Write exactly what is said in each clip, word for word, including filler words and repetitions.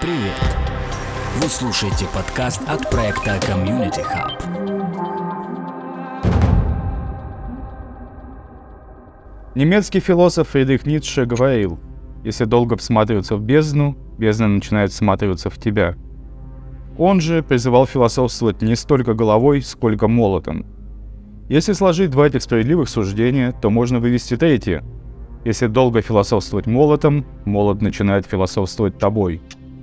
Привет! Вы слушаете подкаст от проекта Community Hub. Немецкий философ Фридрих Ницше говорил: «Если долго всматриваться в бездну, бездна начинает всматриваться в тебя». Он же призывал философствовать не столько головой, сколько молотом. Если сложить два этих справедливых суждения, то можно вывести третье. Если долго философствовать молотом, молот начинает философствовать тобой.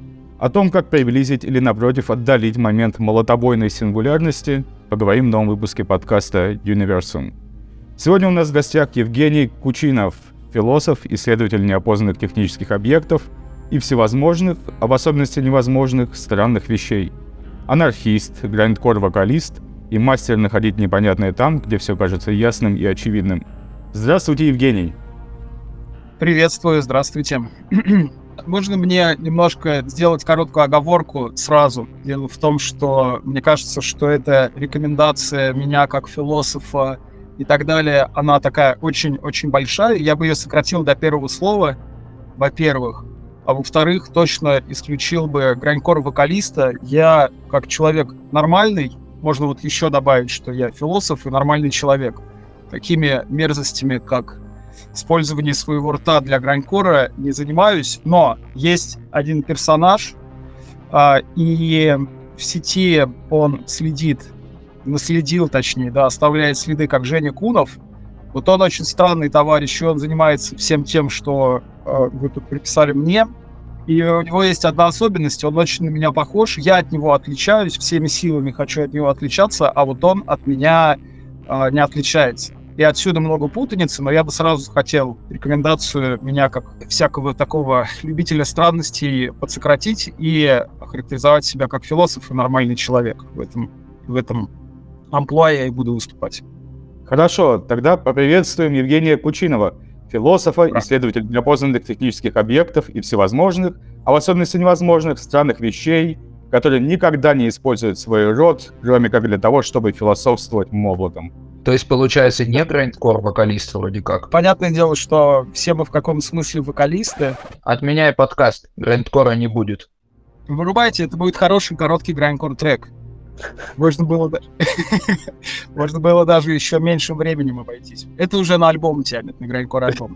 О том, как приблизить или, напротив, отдалить момент молотобойной сингулярности, поговорим в новом выпуске подкаста «Universum». Сегодня у нас в гостях Евгений Кучинов, философ, исследователь неопознанных технических объектов и всевозможных, а в особенности невозможных, странных вещей. Анархист, грайндкор-вокалист и мастер находить непонятное там, где все кажется ясным и очевидным. Здравствуйте, Евгений. Приветствую, здравствуйте. Можно мне немножко сделать короткую оговорку сразу? Дело в том, что мне кажется, что эта рекомендация меня как философа и так далее, она такая очень-очень большая. Я бы ее сократил до первого слова, во-первых. А во-вторых, точно исключил бы грайндкор-вокалиста. Я, как человек нормальный, можно вот еще добавить, что я философ и нормальный человек. Такими мерзостями, как использование своего рта для грайндкора, не занимаюсь. Но есть один персонаж, а, и в сети он следит, наследил, точнее, да, оставляет следы, как Женя Кунов. Вот он очень странный товарищ, и он занимается всем тем, что э, вы тут приписали мне. И у него есть одна особенность, он очень на меня похож, я от него отличаюсь, всеми силами хочу от него отличаться, а вот он от меня э, не отличается. И отсюда много путаницы, но я бы сразу хотел рекомендацию меня как всякого такого любителя странностей подсократить и охарактеризовать себя как философ и нормальный человек. В этом, в этом амплуа я и буду выступать. Хорошо, тогда поприветствуем Евгения Кучинова, философа, да. Исследователя неопознанных технических объектов и всевозможных, а в особенности невозможных, странных вещей, которые никогда не используют свой род, кроме как для того, чтобы философствовать молотом. То есть, получается, не грайндкор-вокалист вроде как? Понятное дело, что все мы в каком-то смысле вокалисты. Отменяй подкаст, грайндкора не будет. Вырубайте, это будет хороший короткий грайндкор-трек. Можно было, Можно было даже еще меньшим временем обойтись. Это уже на альбом тянет, на грайндкор-альбом.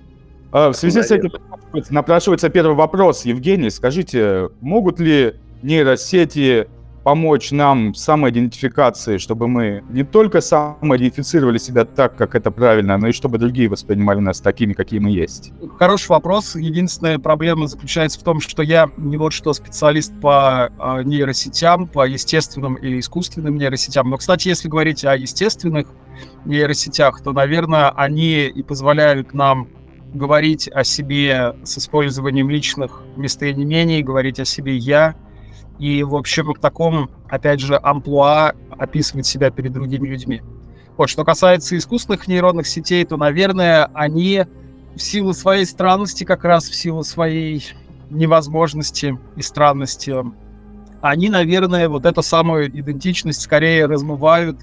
В связи с этим напрашивается первый вопрос. Евгений, скажите, могут ли нейросети помочь нам в самоидентификации, чтобы мы не только самоидентифицировали себя так, как это правильно, но и чтобы другие воспринимали нас такими, какие мы есть? Хороший вопрос. Единственная проблема заключается в том, что я не вот что специалист по э, нейросетям, по естественным или искусственным нейросетям. Но, кстати, если говорить о естественных нейросетях, то, наверное, они и позволяют нам говорить о себе с использованием личных местоимений, говорить о себе «я», и, в общем, в таком, опять же, амплуа описывать себя перед другими людьми. Вот, что касается искусственных нейронных сетей, то, наверное, они в силу своей странности, как раз в силу своей невозможности и странности, они, наверное, вот эту самую идентичность скорее размывают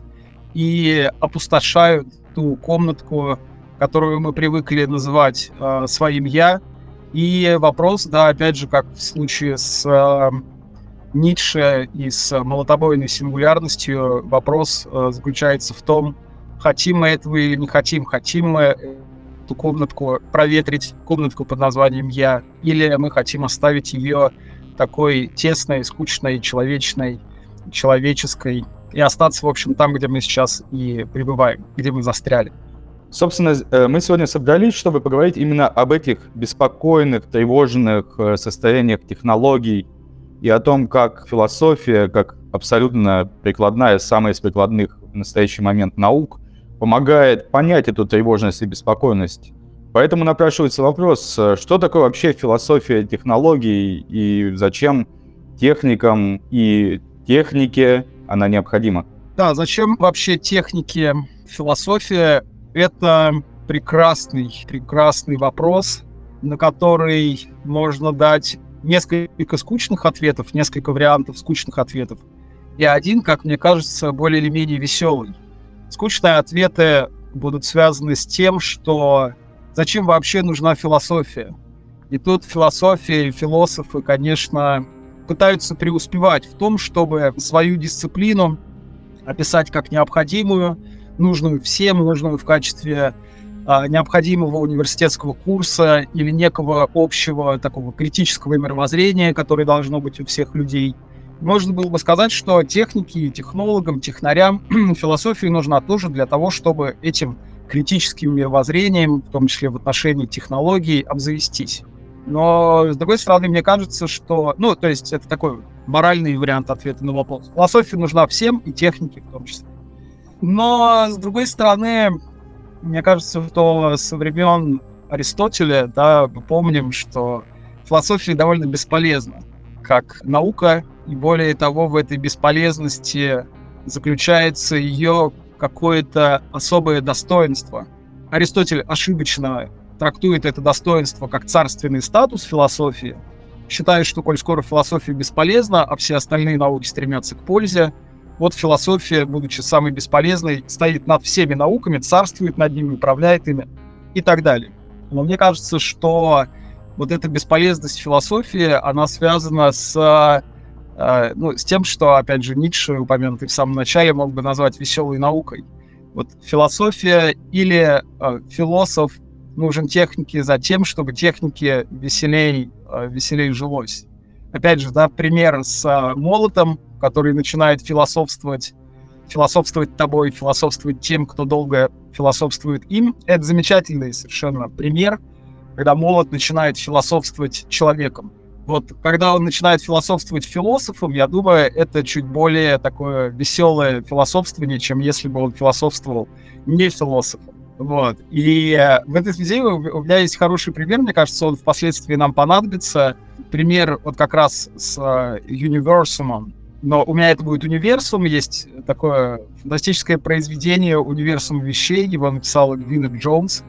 и опустошают ту комнатку, которую мы привыкли называть э, своим «я». И вопрос, да, опять же, как в случае с э, Ницше и с молотобойной сингулярностью, вопрос э, заключается в том, хотим мы этого или не хотим, хотим мы эту комнатку проветрить, комнатку под названием «я», или мы хотим оставить ее такой тесной, скучной, человечной, человеческой, и остаться, в общем, там, где мы сейчас и пребываем, где мы застряли. Собственно, мы сегодня собрались, чтобы поговорить именно об этих беспокойных, тревожных состояниях технологий и о том, как философия, как абсолютно прикладная, самая из прикладных в настоящий момент наук, помогает понять эту тревожность и беспокойность. Поэтому напрашивается вопрос, что такое вообще философия технологий и зачем техникам и технике она необходима? Да, зачем вообще технике философия? Это прекрасный, прекрасный вопрос, на который можно дать несколько скучных ответов, несколько вариантов скучных ответов, и один, как мне кажется, более или менее веселый. Скучные ответы будут связаны с тем, что зачем вообще нужна философия? И тут философия и философы, конечно, пытаются преуспевать в том, чтобы свою дисциплину описать как необходимую, нужную всем, нужную в качестве а, необходимого университетского курса или некого общего такого критического мировоззрения, которое должно быть у всех людей. Можно было бы сказать, что технике, технологам, технарям философия нужна тоже для того, чтобы этим критическим мировоззрением, в том числе в отношении технологий, обзавестись. Но, с другой стороны, мне кажется, что... Ну, то есть это такой моральный вариант ответа на вопрос. Философия нужна всем, и технике в том числе. Но, с другой стороны, мне кажется, что со времен Аристотеля, да, мы помним, что философия довольно бесполезна как наука, и более того, в этой бесполезности заключается ее какое-то особое достоинство. Аристотель ошибочно трактует это достоинство как царственный статус философии, считает, что коль скоро философия бесполезна, а все остальные науки стремятся к пользе, вот философия, будучи самой бесполезной, стоит над всеми науками, царствует над ними, управляет ими и так далее. Но мне кажется, что вот эта бесполезность философии, она связана с, э, ну, с тем, что, опять же, Ницше, упомянутый в самом начале, мог бы назвать веселой наукой. Вот философия или э, философ нужен технике за тем, чтобы технике веселей, э, веселей жилось. Опять же, да, пример с э, молотом, который начинает философствовать, философствовать тобой, философствовать тем, кто долго философствует им. Это замечательный совершенно пример, когда молот начинает философствовать человеком. Вот, когда он начинает философствовать философом, я думаю, это чуть более такое веселое философствование, чем если бы он философствовал не философом. Вот. И э, в этой связи у, у меня есть хороший пример, мне кажется, он впоследствии нам понадобится. Пример вот как раз с э, Universum. Но у меня это будет универсум, есть такое фантастическое произведение «Универсум вещей», его написал Гвинет Джонс.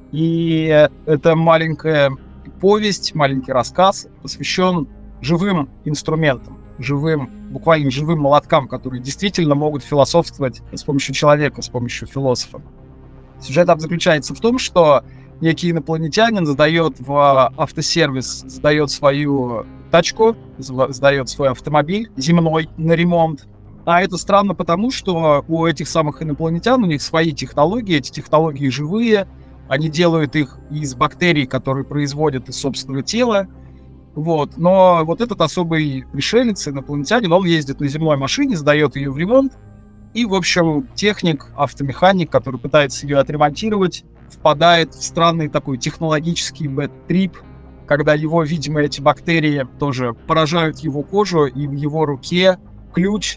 И это маленькая повесть, маленький рассказ, посвящен живым инструментам, живым, буквально живым молоткам, которые действительно могут философствовать с помощью человека, с помощью философа. Сюжет там заключается в том, что некий инопланетянин задает в автосервис, задает свою тачку, задает свой автомобиль земной на ремонт. А это странно потому, что у этих самых инопланетян, у них свои технологии, эти технологии живые, они делают их из бактерий, которые производят из собственного тела. Вот. Но вот этот особый пришелец, инопланетянин, он ездит на земной машине, сдает ее в ремонт. И, в общем, техник, автомеханик, который пытается ее отремонтировать, впадает в странный такой технологический бэд-трип, когда его, видимо, эти бактерии тоже поражают его кожу, и в его руке ключ,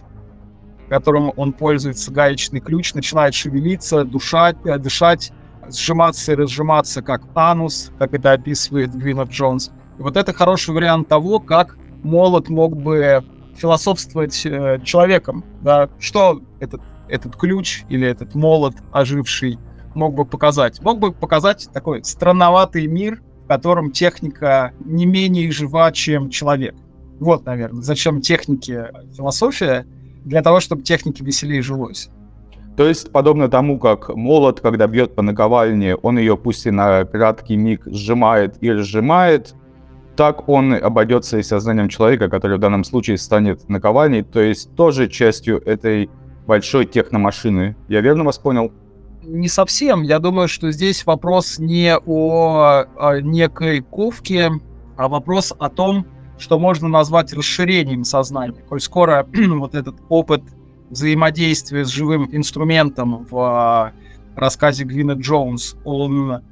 которым он пользуется, гаечный ключ, начинает шевелиться, душать, дышать, сжиматься и разжиматься, как анус, как это описывает Гвинет Джонс. И вот это хороший вариант того, как молот мог бы философствовать э, человеком. Да? Что этот, этот ключ или этот молот оживший мог бы показать? Мог бы показать такой странноватый мир, в котором техника не менее жива, чем человек. Вот, наверное, зачем технике философия? Для того, чтобы технике веселее жилось. То есть, подобно тому, как молот, когда бьет по наковальне, он ее пусть и на краткий миг сжимает и разжимает, так он обойдется и сознанием человека, который в данном случае станет наковальней, то есть тоже частью этой большой техномашины. Я верно вас понял? Не совсем. Я думаю, что здесь вопрос не о, о некой ковке, а вопрос о том, что можно назвать расширением сознания. Коль скоро вот этот опыт взаимодействия с живым инструментом в рассказе Гвинет Джонс, он,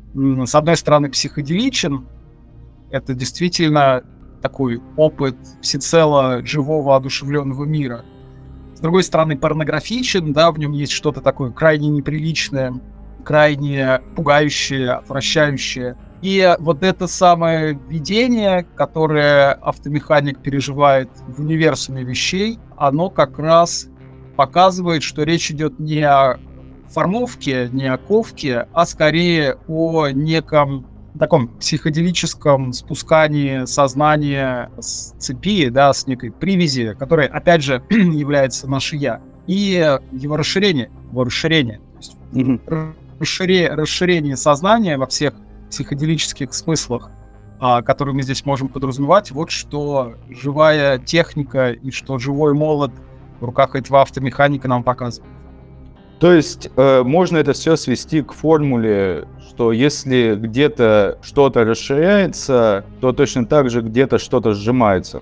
с одной стороны, психоделичен, это действительно такой опыт всецело живого, одушевленного мира. С другой стороны, порнографичен, да, в нем есть что-то такое крайне неприличное, крайне пугающее, отвращающее. И вот это самое видение, которое автомеханик переживает в универсуме вещей, оно как раз показывает, что речь идет не о формовке, не о ковке, а скорее о неком таком психоделическом спускании сознания с цепи, да, с некой привязи, которая, опять же, является наше «я», и его расширение, его расширение. То есть mm-hmm. расширение, расширение сознания во всех психоделических смыслах, а, которую мы здесь можем подразумевать, вот что живая техника и что живой молот в руках этого автомеханика нам показывает. То есть э, можно это все свести к формуле, что если где-то что-то расширяется, то точно так же где-то что-то сжимается.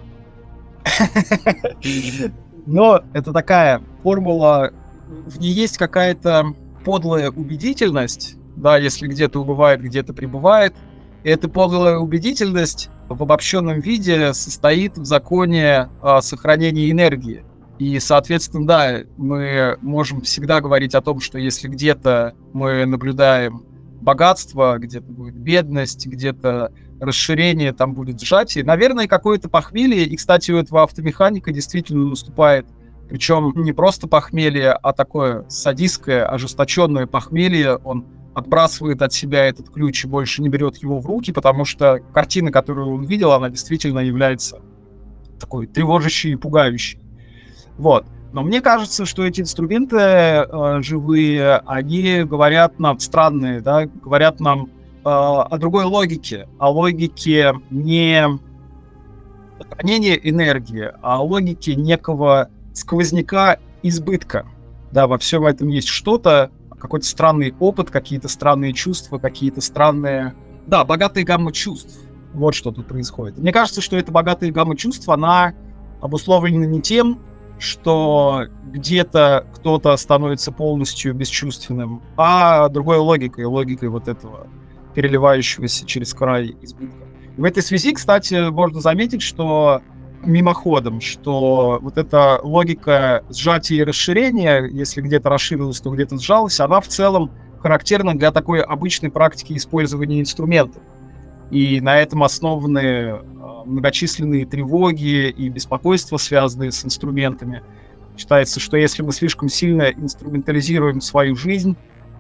Но это такая формула, в ней есть какая-то подлая убедительность, да, если где-то убывает, где-то прибывает. И эта подлая убедительность в обобщенном виде состоит в законе о сохранении энергии. И, соответственно, да, мы можем всегда говорить о том, что если где-то мы наблюдаем богатство, где-то будет бедность, где-то расширение, там будет сжатие, наверное, какое-то похмелье. И, кстати, у этого автомеханика действительно наступает, причем не просто похмелье, а такое садистское, ожесточенное похмелье. Он отбрасывает от себя этот ключ и больше не берет его в руки, потому что картина, которую он видел, она действительно является такой тревожащей и пугающей. Вот. Но мне кажется, что эти инструменты э, живые, они говорят нам странные, да, говорят нам э, о другой логике, о логике не сохранения энергии, а о логике некого сквозняка избытка. Да, во всем этом есть что-то, какой-то странный опыт, какие-то странные чувства, какие-то странные... Да, богатая гамма чувств. Вот что тут происходит. Мне кажется, что эта богатая гамма чувств, она обусловлена не тем, что где-то кто-то становится полностью бесчувственным, а другой логикой, логикой вот этого переливающегося через край избытка. В этой связи, кстати, можно заметить, что мимоходом, что вот эта логика сжатия и расширения, если где-то расширилась, то где-то сжалась, она в целом характерна для такой обычной практики использования инструментов. И на этом основаны многочисленные тревоги и беспокойства, связанные с инструментами. Считается, что если мы слишком сильно инструментализируем свою жизнь,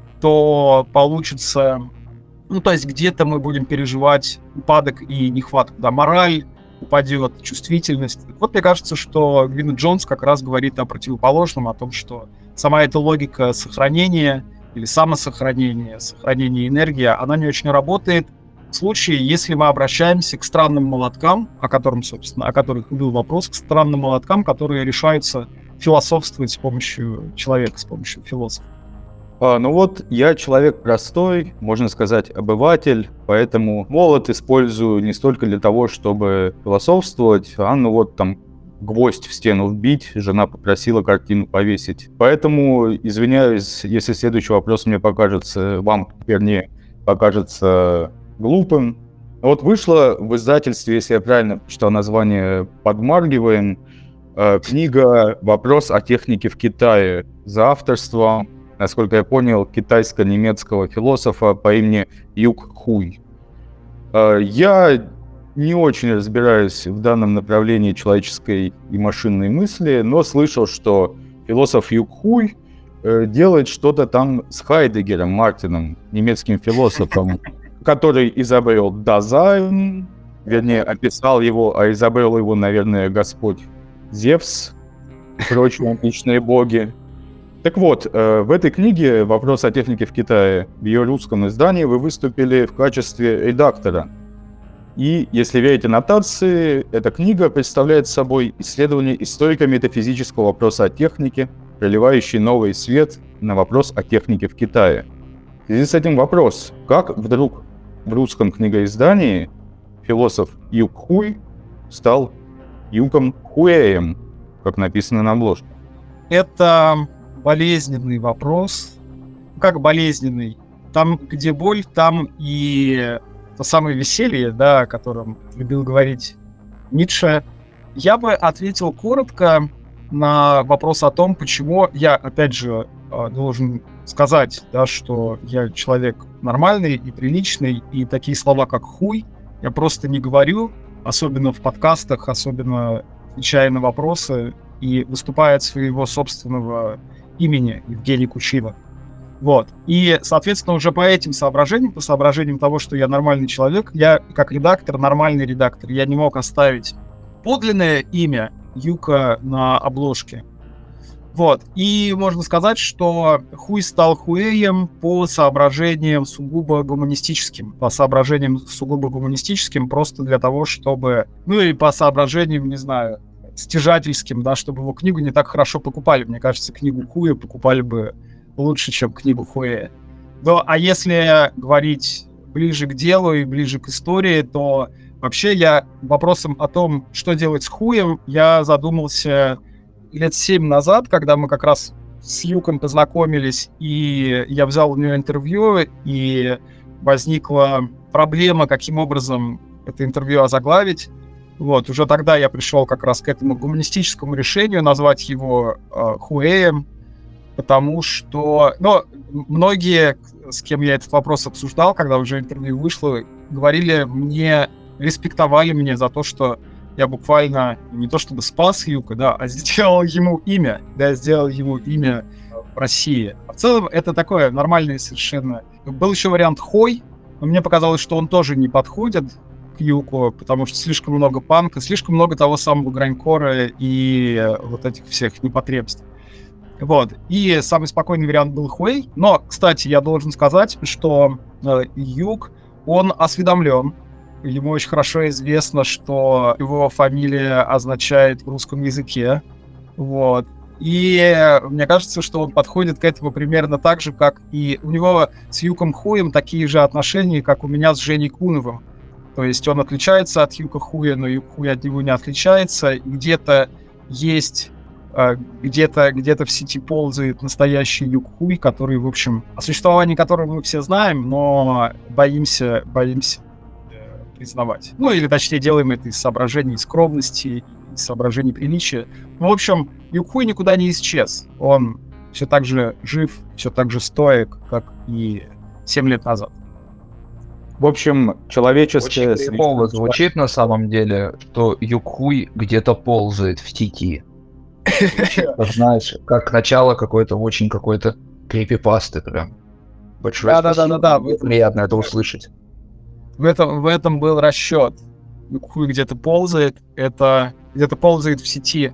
то получится... Ну, то есть где-то мы будем переживать упадок и нехватку. Да, мораль упадет, чувствительность. Вот мне кажется, что Гвинет Джонс как раз говорит о противоположном, о том, что сама эта логика сохранения или самосохранения, сохранения энергии, она не очень работает в случае, если мы обращаемся к странным молоткам, о котором, собственно, о которых был вопрос, к странным молоткам, которые решаются философствовать с помощью человека, с помощью философа. А, ну вот, я человек простой, можно сказать, обыватель, поэтому молот использую не столько для того, чтобы философствовать, а ну вот там гвоздь в стену вбить, жена попросила картину повесить. Поэтому извиняюсь, если следующий вопрос мне покажется, вам, вернее, покажется глупым. Вот вышло в издательстве, если я правильно прочитал название, «Подмаргиваем», э, книга «Вопрос о технике в Китае» за авторством, насколько я понял, китайско-немецкого философа по имени Юк Хуй. Э, я не очень разбираюсь в данном направлении человеческой и машинной мысли, но слышал, что философ Юк Хуй э, делает что-то там с Хайдеггером, Мартином, немецким философом, который изобрел Дазайн, вернее, описал его, а изобрел его, наверное, Господь Зевс и прочие античные боги. Так вот, э, в этой книге «Вопрос о технике в Китае», в ее русском издании вы выступили в качестве редактора. И, если верить аннотации, эта книга представляет собой исследование историко-метафизического вопроса о технике, проливающий новый свет на вопрос о технике в Китае. В связи с этим вопрос: как вдруг в русском книгоиздании философ Юк Хуй стал Юком Хуэем, как написано на обложке? Это болезненный вопрос. Как болезненный? Там, где боль, там и то самое веселье, да, о котором любил говорить Ницше. Я бы ответил коротко на вопрос о том, почему я, опять же, должен сказать, да, что я человек нормальный и приличный, и такие слова, как «хуй», я просто не говорю, особенно в подкастах, особенно отвечая на вопросы и выступая от своего собственного имени, Евгений Кучинов. Вот. И, соответственно, уже по этим соображениям, по соображениям того, что я нормальный человек, я, как редактор, нормальный редактор, я не мог оставить подлинное имя Юка на обложке. Вот. И можно сказать, что Хуй стал Хуэем по соображениям сугубо гуманистическим. По соображениям сугубо гуманистическим, просто для того, чтобы... Ну и по соображениям, не знаю, стяжательским, да, чтобы его книгу не так хорошо покупали. Мне кажется, книгу Хуя покупали бы лучше, чем книгу Хуэя. Ну, а если говорить ближе к делу и ближе к истории, то вообще я вопросом о том, что делать с Хуем, я задумался... лет семь назад, когда мы как раз с Юком познакомились, и я взял у нее интервью, и возникла проблема, каким образом это интервью озаглавить. Вот, уже тогда я пришел как раз к этому гуманистическому решению назвать его э, Хуэем, потому что, ну, многие, с кем я этот вопрос обсуждал, когда уже интервью вышло, говорили мне, респектовали меня за то, что я буквально не то чтобы спас Юка, да, а сделал ему имя, да, сделал ему имя в России. А в целом это такое нормальное совершенно. Был еще вариант Хой, но мне показалось, что он тоже не подходит к Юку, потому что слишком много панка, слишком много того самого грайндкора и вот этих всех непотребств. Вот. И самый спокойный вариант был Хуэй. Но, кстати, я должен сказать, что э, Юк, он осведомлен. Ему очень хорошо известно, что его фамилия означает в русском языке. Вот. И мне кажется, что он подходит к этому примерно так же, как и у него с Юком Хуем такие же отношения, как у меня с Женей Куновым. То есть он отличается от Юка Хуя, но Юк Хуй от него не отличается. И где-то есть, где-то, где-то в сети ползает настоящий Юк Хуй, который, в общем, о существовании которого мы все знаем, но боимся, боимся признавать. Ну, или, точнее, делаем это из соображений скромности, из соображений приличия. Ну, в общем, Юк Хуй никуда не исчез. Он все так же жив, все так же стоек, как и семь лет назад. В общем, человеческое... Очень крипово звучит на самом деле, что Юк Хуй где-то ползает в сети. Знаешь, как начало какой-то очень какой-то крипипасты прям. Большое спасибо. Да-да-да-да. Приятно это услышать. В этом, в этом был расчет. Хуй где-то ползает, это где-то ползает в сети.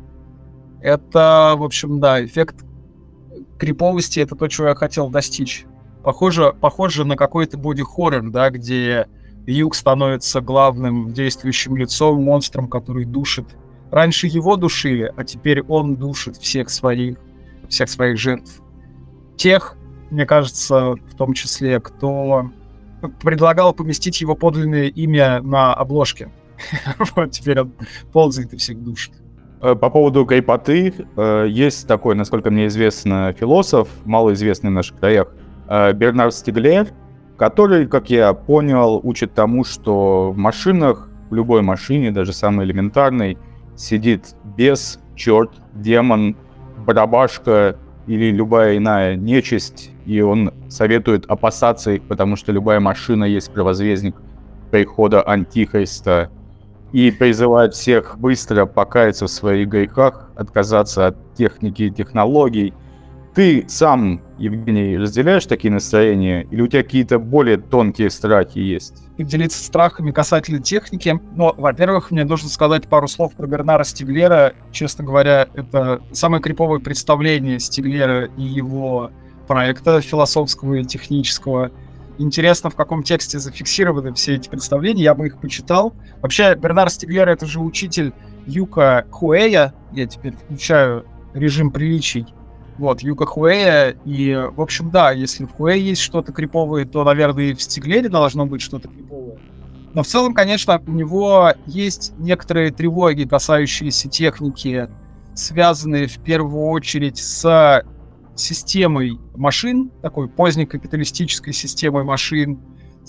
Это, в общем, да, эффект криповости, это то, чего я хотел достичь. Похоже, похоже на какой-то боди-хоррор, да, где Юк становится главным действующим лицом, монстром, который душит. Раньше его душили, а теперь он душит всех своих, всех своих жертв. Тех, мне кажется, в том числе, кто предлагал поместить его подлинное имя на обложке. Вот теперь он ползает и всех душит. По поводу крипоты, есть такой, насколько мне известно, философ, малоизвестный в наших краях, Бернар Стиглер, который, как я понял, учит тому, что в машинах, в любой машине, даже самой элементарной, сидит бес, черт, демон, барабашка или любая иная нечисть, и он советует опасаться их, потому что любая машина есть провозвестник прихода Антихриста, и призывает всех быстро покаяться в своих грехах, отказаться от техники и технологий. Ты сам, Евгений, разделяешь такие настроения, или у тебя какие-то более тонкие страхи есть? И делиться страхами касательно техники. Но, во-первых, мне нужно сказать пару слов про Бернара Стиглера. Честно говоря, это самое криповое представление Стиглера и его проекта философского и технического. Интересно, в каком тексте зафиксированы все эти представления, я бы их почитал. Вообще, Бернар Стиглер — это же учитель Юка Хуэя. Я теперь включаю режим приличий. Вот, Юка Хуэя, и, в общем, да, если в Хуэе есть что-то криповое, то, наверное, и в Стиглере должно быть что-то криповое. Но в целом, конечно, у него есть некоторые тревоги, касающиеся техники, связанные в первую очередь с системой машин, такой позднекапиталистической системой машин,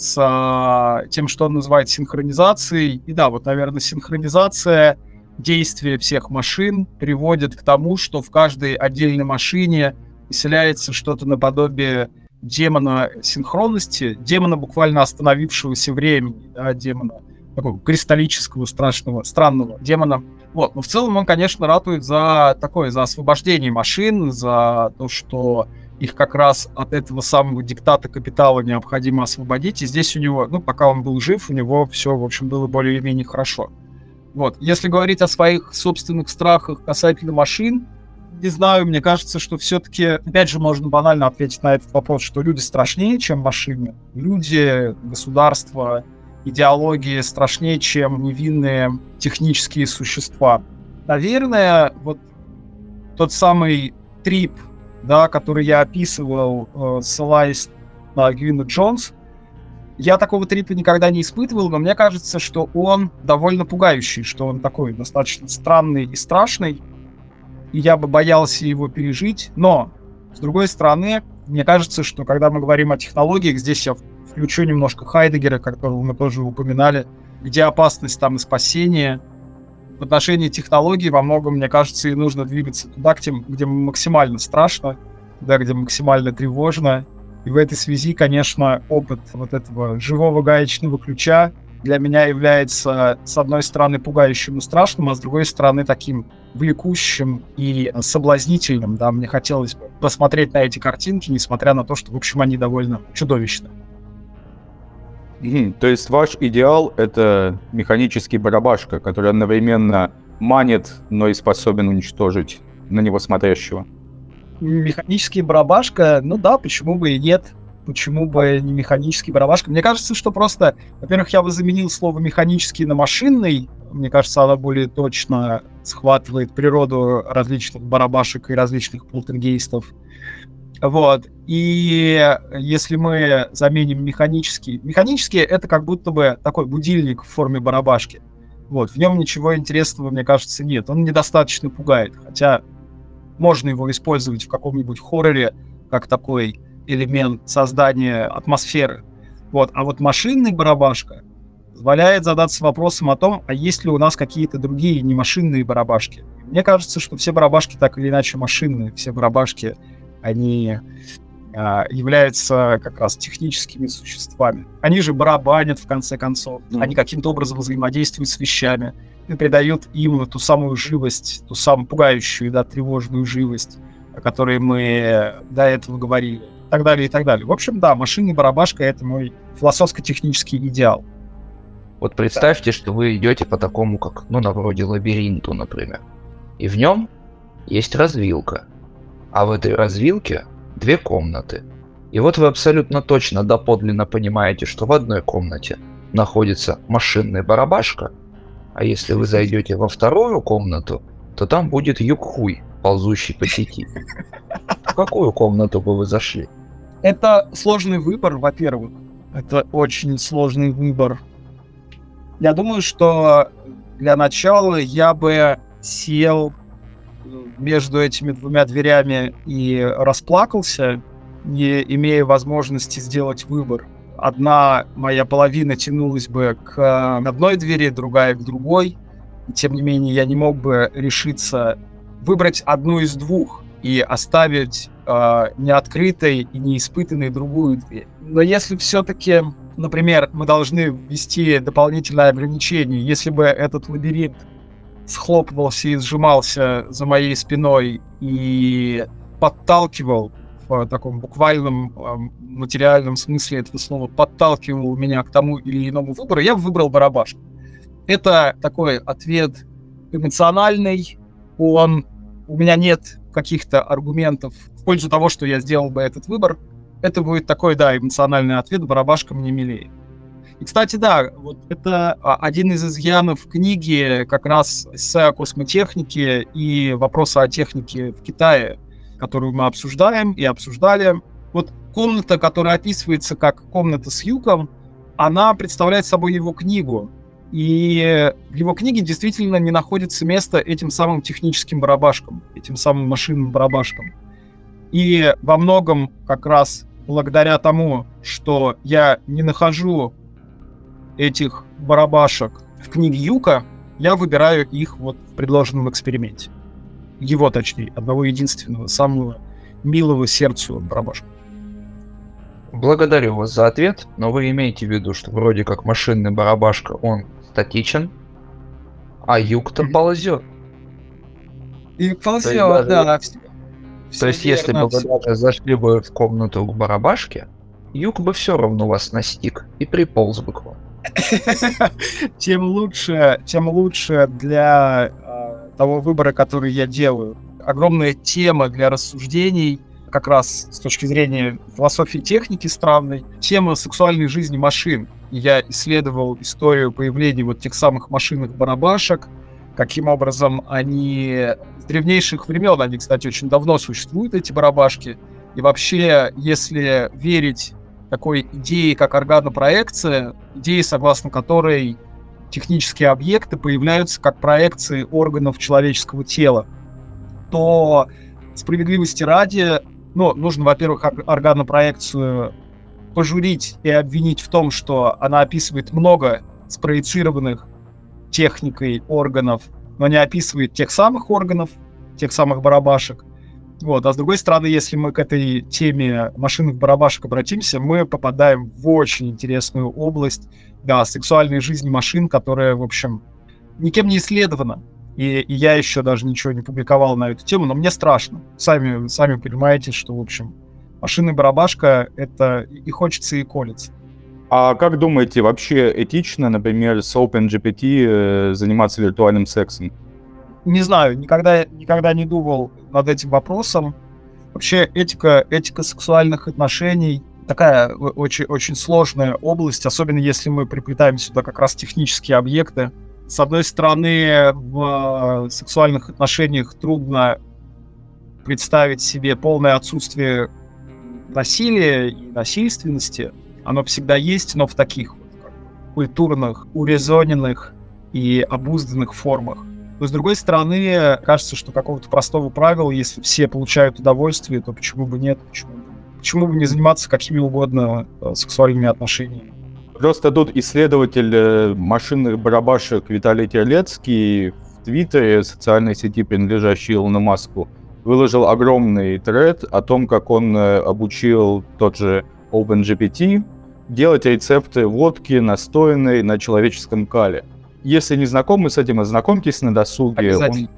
с тем, что он называет синхронизацией. И да, вот, наверное, синхронизация действия всех машин приводит к тому, что в каждой отдельной машине поселяется что-то наподобие демона синхронности, демона буквально остановившегося времени, да, демона такого кристаллического, страшного, странного демона. Вот. Но в целом он, конечно, ратует за такое, за освобождение машин, за то, что их как раз от этого самого диктата капитала необходимо освободить. И здесь у него, ну, пока он был жив, у него все, в общем, было более-менее хорошо. Вот. Если говорить о своих собственных страхах касательно машин, не знаю, мне кажется, что все-таки, опять же, можно банально ответить на этот вопрос, что люди страшнее, чем машины. Люди, государство, идеологии страшнее, чем невинные технические существа. Наверное, вот тот самый трип, да, который я описывал, э, ссылаясь на Гвину Джонс, я такого трипа никогда не испытывал, но мне кажется, что он довольно пугающий, что он такой достаточно странный и страшный, и я бы боялся его пережить. Но, с другой стороны, мне кажется, что когда мы говорим о технологиях, здесь я включу немножко Хайдеггера, которого мы тоже упоминали, где опасность, там и спасение. В отношении технологий во многом, мне кажется, и нужно двигаться туда, где, где максимально страшно, туда, где максимально тревожно. И в этой связи, конечно, опыт вот этого живого гаечного ключа для меня является, с одной стороны, пугающим и страшным, а с другой стороны, таким влекущим и соблазнительным. Да, мне хотелось бы посмотреть на эти картинки, несмотря на то, что, в общем, они довольно чудовищны. Mm-hmm. То есть ваш идеал — это механический барабашка, который одновременно манит, но и способен уничтожить на него смотрящего. Механический барабашка, ну да, почему бы и нет. Почему бы не механический барабашка? Мне кажется, что просто, во-первых, я бы заменил слово «механический» на «машинный». Мне кажется, оно более точно схватывает природу различных барабашек и различных полтергейстов. Вот. И если мы заменим механический... Механический — это как будто бы такой будильник в форме барабашки. Вот. В нем ничего интересного, мне кажется, нет. Он недостаточно пугает. Хотя можно его использовать в каком-нибудь хорроре как такой элемент создания атмосферы. Вот. А вот машинный барабашка позволяет задаться вопросом о том, а есть ли у нас какие-то другие немашинные барабашки. Мне кажется, что все барабашки так или иначе машинные. Все барабашки, они а, являются как раз техническими существами. Они же барабанят, в конце концов. Mm. Они каким-то образом взаимодействуют с вещами и придают им ту самую живость, ту самую пугающую, да, тревожную живость, о которой мы до этого говорили. И так далее, и так далее. В общем, да, машинный барабашка — это мой философско-технический идеал. Вот представьте, что вы идете по такому, как, ну, на вроде лабиринту, например. И в нем есть развилка. А в этой развилке две комнаты. И вот вы абсолютно точно доподлинно понимаете, что в одной комнате находится машинная барабашка, а если вы зайдете во вторую комнату, то там будет Юкхуй, ползущий по сети. В какую комнату бы вы зашли? Это сложный выбор, во-первых. Это очень сложный выбор. Я думаю, что для начала я бы сел между этими двумя дверями и расплакался, не имея возможности сделать выбор. Одна моя половина тянулась бы к одной двери, другая к другой. Тем не менее, я не мог бы решиться выбрать одну из двух и оставить э, неоткрытой и неиспытанной другую дверь. Но если все-таки, например, мы должны ввести дополнительное ограничение, если бы этот лабиринт схлопывался и сжимался за моей спиной и подталкивал в таком буквальном э, материальном смысле этого слова, подталкивал меня к тому или иному выбору, я бы выбрал барабашку. Это такой ответ эмоциональный, он, у меня нет каких-то аргументов в пользу того, что я сделал бы этот выбор. Это будет такой, да, эмоциональный ответ, барабашка мне милее. И, кстати, да, вот это один из изъянов книги, как раз эссе о космотехнике и вопросы о технике в Китае, которую мы обсуждаем и обсуждали. Вот комната, которая описывается как комната с Юком, она представляет собой его книгу. И в его книге действительно не находится места этим самым техническим барабашкам, этим самым машинным барабашкам. И во многом как раз благодаря тому, что я не нахожу этих барабашек в книге Юка, я выбираю их вот в предложенном эксперименте. Его, точнее, одного единственного, самого милого сердцу барабашка. Благодарю вас за ответ, но вы имеете в виду, что вроде как машинный барабашка, он статичен, а Юк-то ползет. И ползет, да. Все, то есть, если бы вы даже зашли бы в комнату к барабашке, Юк бы все равно вас настиг и приполз бы к вам. Тем лучше, тем лучше для э, того выбора, который я делаю. огромная тема для рассуждений, как раз с точки зрения философии техники странной, тема сексуальной жизни машин. Я исследовал историю появления вот тех самых машинных барабашек, каким образом они с древнейших времен, они, кстати, очень давно существуют, эти барабашки, и вообще, если верить такой идее, как органопроекция, идее, согласно которой технические объекты появляются как проекции органов человеческого тела, то справедливости ради, ну, нужно, во-первых, органопроекцию пожурить и обвинить в том, что она описывает много спроецированных техникой органов, но не описывает тех самых органов, тех самых барабашек. Вот. А с другой стороны, если мы к этой теме машинных барабашек обратимся, мы попадаем в очень интересную область, да, сексуальной жизни машин, которая, в общем, никем не исследована. И, и я еще даже ничего не публиковал на эту тему, но мне страшно. Сами, сами понимаете, что, в общем, машинная барабашка — это и хочется, и колется. А как думаете, вообще этично, например, с OpenGPT э, заниматься виртуальным сексом? Не знаю, никогда, никогда не думал над этим вопросом. Вообще этика, этика сексуальных отношений такая очень, очень сложная область, особенно если мы приплетаем сюда как раз технические объекты. С одной стороны, в сексуальных отношениях трудно представить себе полное отсутствие насилия и насильственности. Оно всегда есть, но в таких вот культурных, урезоненных и обузданных формах. Но, с другой стороны, кажется, что какого-то простого правила, если все получают удовольствие, то почему бы нет, почему, почему бы не заниматься какими угодно э, сексуальными отношениями. Просто тут исследователь э, машинных барабашек Виталий Терлецкий в Твиттере, социальной сети, принадлежащей Илону Маску, выложил огромный тред о том, как он э, обучил тот же OpenGPT делать рецепты водки, настоянной на человеческом кале. Если не знакомы с этим, ознакомьтесь на досуге. Он,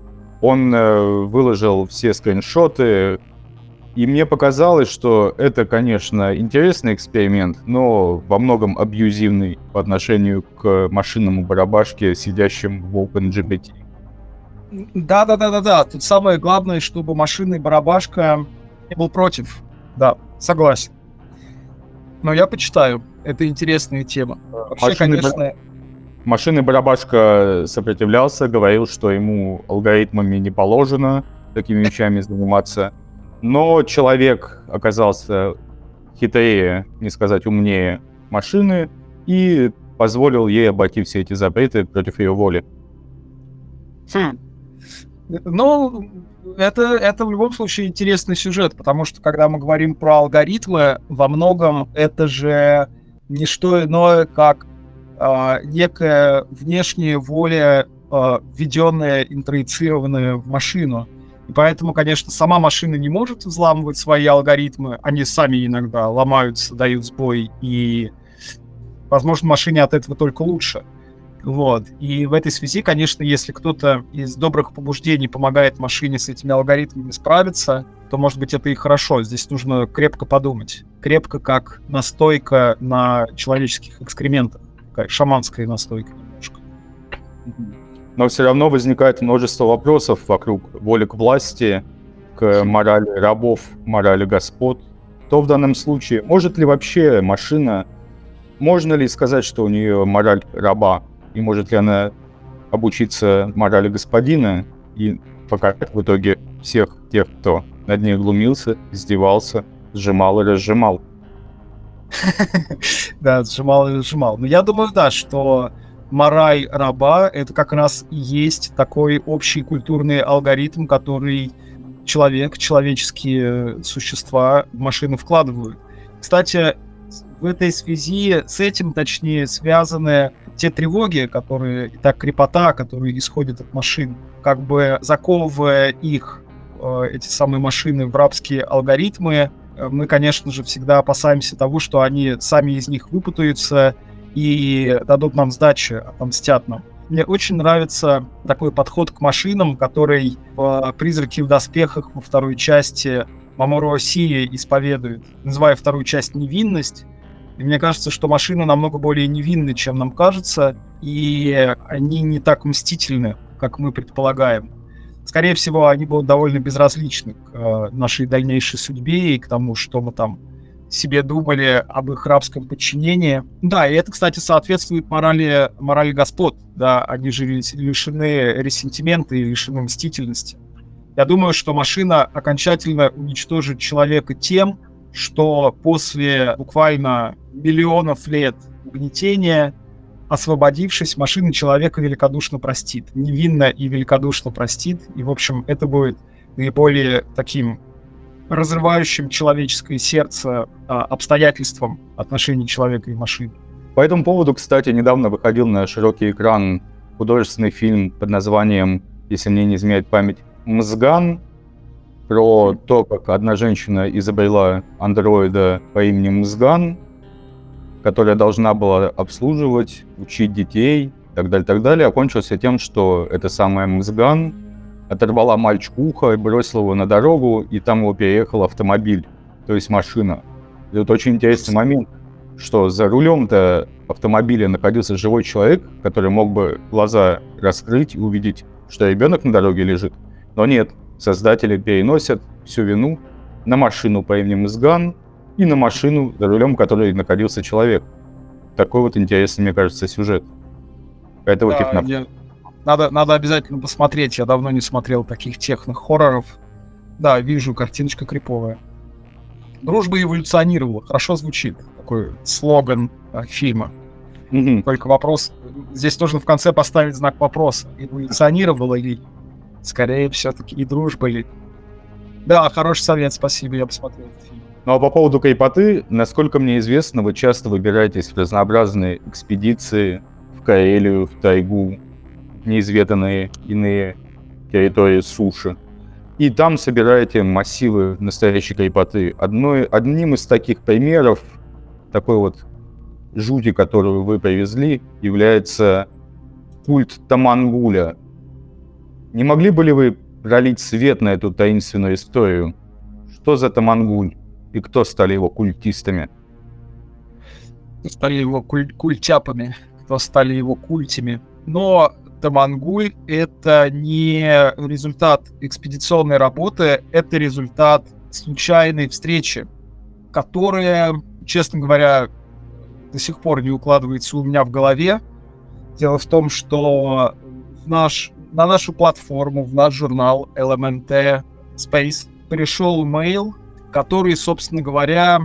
он э, выложил все скриншоты, и мне показалось, что это, конечно, интересный эксперимент, но во многом абьюзивный по отношению к машинному барабашке, сидящим в OpenGPT. Да-да-да-да-да. Тут самое главное, чтобы машинный барабашка не был против. Да, согласен. Но я почитаю. Это интересная тема. Вообще, Машинный конечно... бар... Машинный барабашка сопротивлялся, говорил, что ему алгоритмами не положено такими вещами заниматься. Но человек оказался хитрее, не сказать умнее машины, и позволил ей обойти все эти запреты против ее воли. Хм. Ну, это, это в любом случае интересный сюжет, потому что, когда мы говорим про алгоритмы, во многом это же не что иное, как э, некая внешняя воля, э, введенная, интроицированная в машину. И поэтому, конечно, сама машина не может взламывать свои алгоритмы, они сами иногда ломаются, дают сбой, и, возможно, машине от этого только лучше. Вот. И в этой связи, конечно, если кто-то из добрых побуждений помогает машине с этими алгоритмами справиться, то, может быть, это и хорошо. Здесь нужно крепко подумать. Крепко, как настойка на человеческих экскрементах. Такая шаманская настойка немножко. Но все равно возникает множество вопросов вокруг воли к власти, к морали рабов, морали господ. То в данном случае, может ли вообще машина, можно ли сказать, что у нее мораль раба? И может ли она обучиться морали господина и покарать в итоге всех тех, кто над ней глумился, издевался, сжимал и разжимал? Да, сжимал и разжимал. Но я думаю, да, что мораль раба — это как раз и есть такой общий культурный алгоритм, который человек, человеческие существа в машины вкладывают. Кстати, в этой связи с этим, точнее, связаны те тревоги, которые, и та крепота, которые исходят от машин, как бы заковывая их, эти самые машины, в рабские алгоритмы, мы, конечно же, всегда опасаемся того, что они сами из них выпутаются и дадут нам сдачи, отомстят нам. Мне очень нравится такой подход к машинам, который в «Призраке в доспехах» во второй части Мамору Осии исповедует, называя вторую часть «Невинность». И мне кажется, что машины намного более невинны, чем нам кажется, и они не так мстительны, как мы предполагаем. скорее всего, они будут довольно безразличны к э, нашей дальнейшей судьбе и к тому, что мы там себе думали об их рабском подчинении. Да, и это, кстати, соответствует морали, морали господ. Да, они же лишены ресентимента и лишены мстительности. Я думаю, что машина окончательно уничтожит человека тем, что после буквально миллионов лет угнетения, освободившись, машина человека великодушно простит. Невинно и великодушно простит. И, в общем, это будет наиболее таким разрывающим человеческое сердце а, обстоятельством отношений человека и машины. По этому поводу, кстати, недавно выходил на широкий экран художественный фильм под названием, если мне не изменяет память, «Мзган», про то, как одна женщина изобрела андроида по имени Мзган, которая должна была обслуживать, учить детей, и так далее, так далее. Окончился тем, что эта самая Мзган оторвала мальчику ухо и бросила его на дорогу, и там его переехал автомобиль, то есть машина. И вот очень интересный момент, что за рулем-то автомобиля находился живой человек, который мог бы глаза раскрыть и увидеть, что ребенок на дороге лежит. Но нет, создатели переносят всю вину на машину по имени Мзган и на машину, за рулем которой находился человек. Такой вот интересный, мне кажется, сюжет. Этого да, техно... я... надо, надо обязательно посмотреть. Я давно не смотрел таких техно-хорроров. Да, вижу, картиночка криповая. Дружба эволюционировала. Хорошо звучит. Такой слоган а, фильма. Mm-hmm. Только вопрос... Здесь нужно в конце поставить знак вопроса. Эволюционировала ли? Скорее, все-таки и дружба ли? Да, хороший совет, спасибо, я посмотрел этот фильм. Ну а по поводу крепоты, насколько мне известно, вы часто выбираетесь в разнообразные экспедиции в Карелию, в тайгу, неизведанные иные территории суши. И там собираете массивы настоящей крепоты. Одной, одним из таких примеров, такой вот жути, которую вы привезли, является культ Тамангуля. Не могли бы ли вы пролить свет на эту таинственную историю? Что за Тамангуль? И кто стали его культистами? Кто стали его куль- культяпами, кто стали его культями. Но Тамангуль — это не результат экспедиционной работы, это результат случайной встречи, которая, честно говоря, до сих пор не укладывается у меня в голове. Дело в том, что в наш, на нашу платформу, в наш журнал эл эм эн ти Space пришел имейл, который, собственно говоря,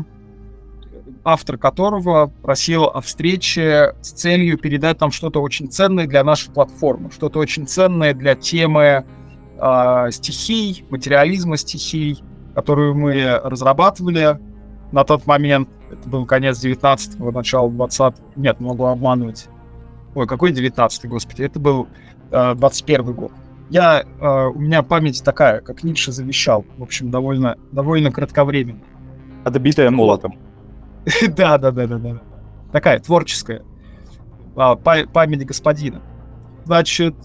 автор которого просил о встрече с целью передать нам что-то очень ценное для нашей платформы, что-то очень ценное для темы э, стихий, материализма стихий, которую мы разрабатывали на тот момент. Это был конец девятнадцатого, начало двадцатого. Нет, могу обманывать. Ой, какой девятнадцатый, господи, это был э, двадцать первый год. Я, э, у меня память такая, как Ницше завещал. В общем, довольно, довольно кратковременно. Отбитая молотом. Да, да, да, да, да. Такая творческая а, па- память господина. Значит,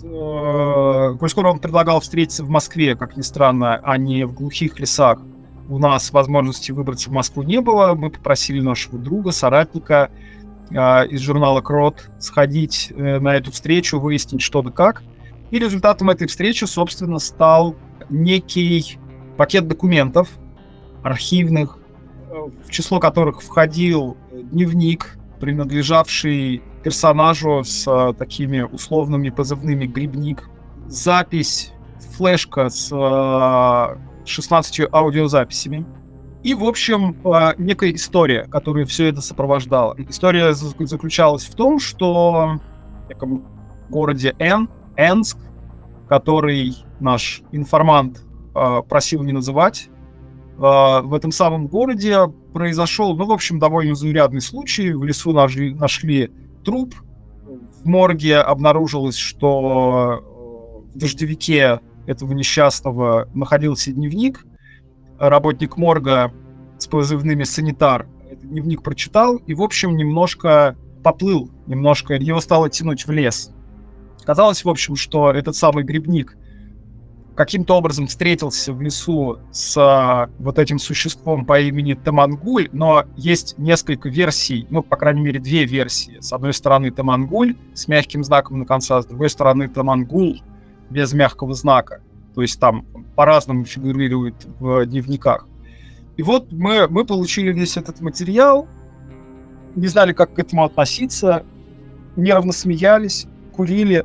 э, коль скоро он предлагал встретиться в Москве, как ни странно, а не в глухих лесах, у нас возможности выбраться в Москву не было. Мы попросили нашего друга, соратника э, из журнала «Крот» сходить э, на эту встречу, выяснить что да как. И результатом этой встречи, собственно, стал некий пакет документов архивных, в число которых входил дневник, принадлежавший персонажу с а, такими условными позывными «Грибник», запись, флешка с а, шестнадцатью аудиозаписями и, в общем, а, некая история, которая все это сопровождала. История заключалась в том, что в таком городе Эн, Энск, который наш информант а, просил не называть, в этом самом городе произошел, ну, в общем, довольно заурядный случай. В лесу нашли, нашли труп. В морге обнаружилось, что в дождевике этого несчастного находился дневник. Работник морга с позывными «Санитар» этот дневник прочитал и, в общем, немножко поплыл, немножко его стало тянуть в лес. Казалось, в общем, что этот самый грибник каким-то образом встретился в лесу с а, вот этим существом по имени Тамангуль, но есть несколько версий, ну, по крайней мере, две версии. С одной стороны Тамангуль с мягким знаком на конце, а с другой стороны Тамангул без мягкого знака. то есть там по-разному фигурирует в дневниках. И вот мы, мы получили весь этот материал, не знали, как к этому относиться, нервно смеялись, курили,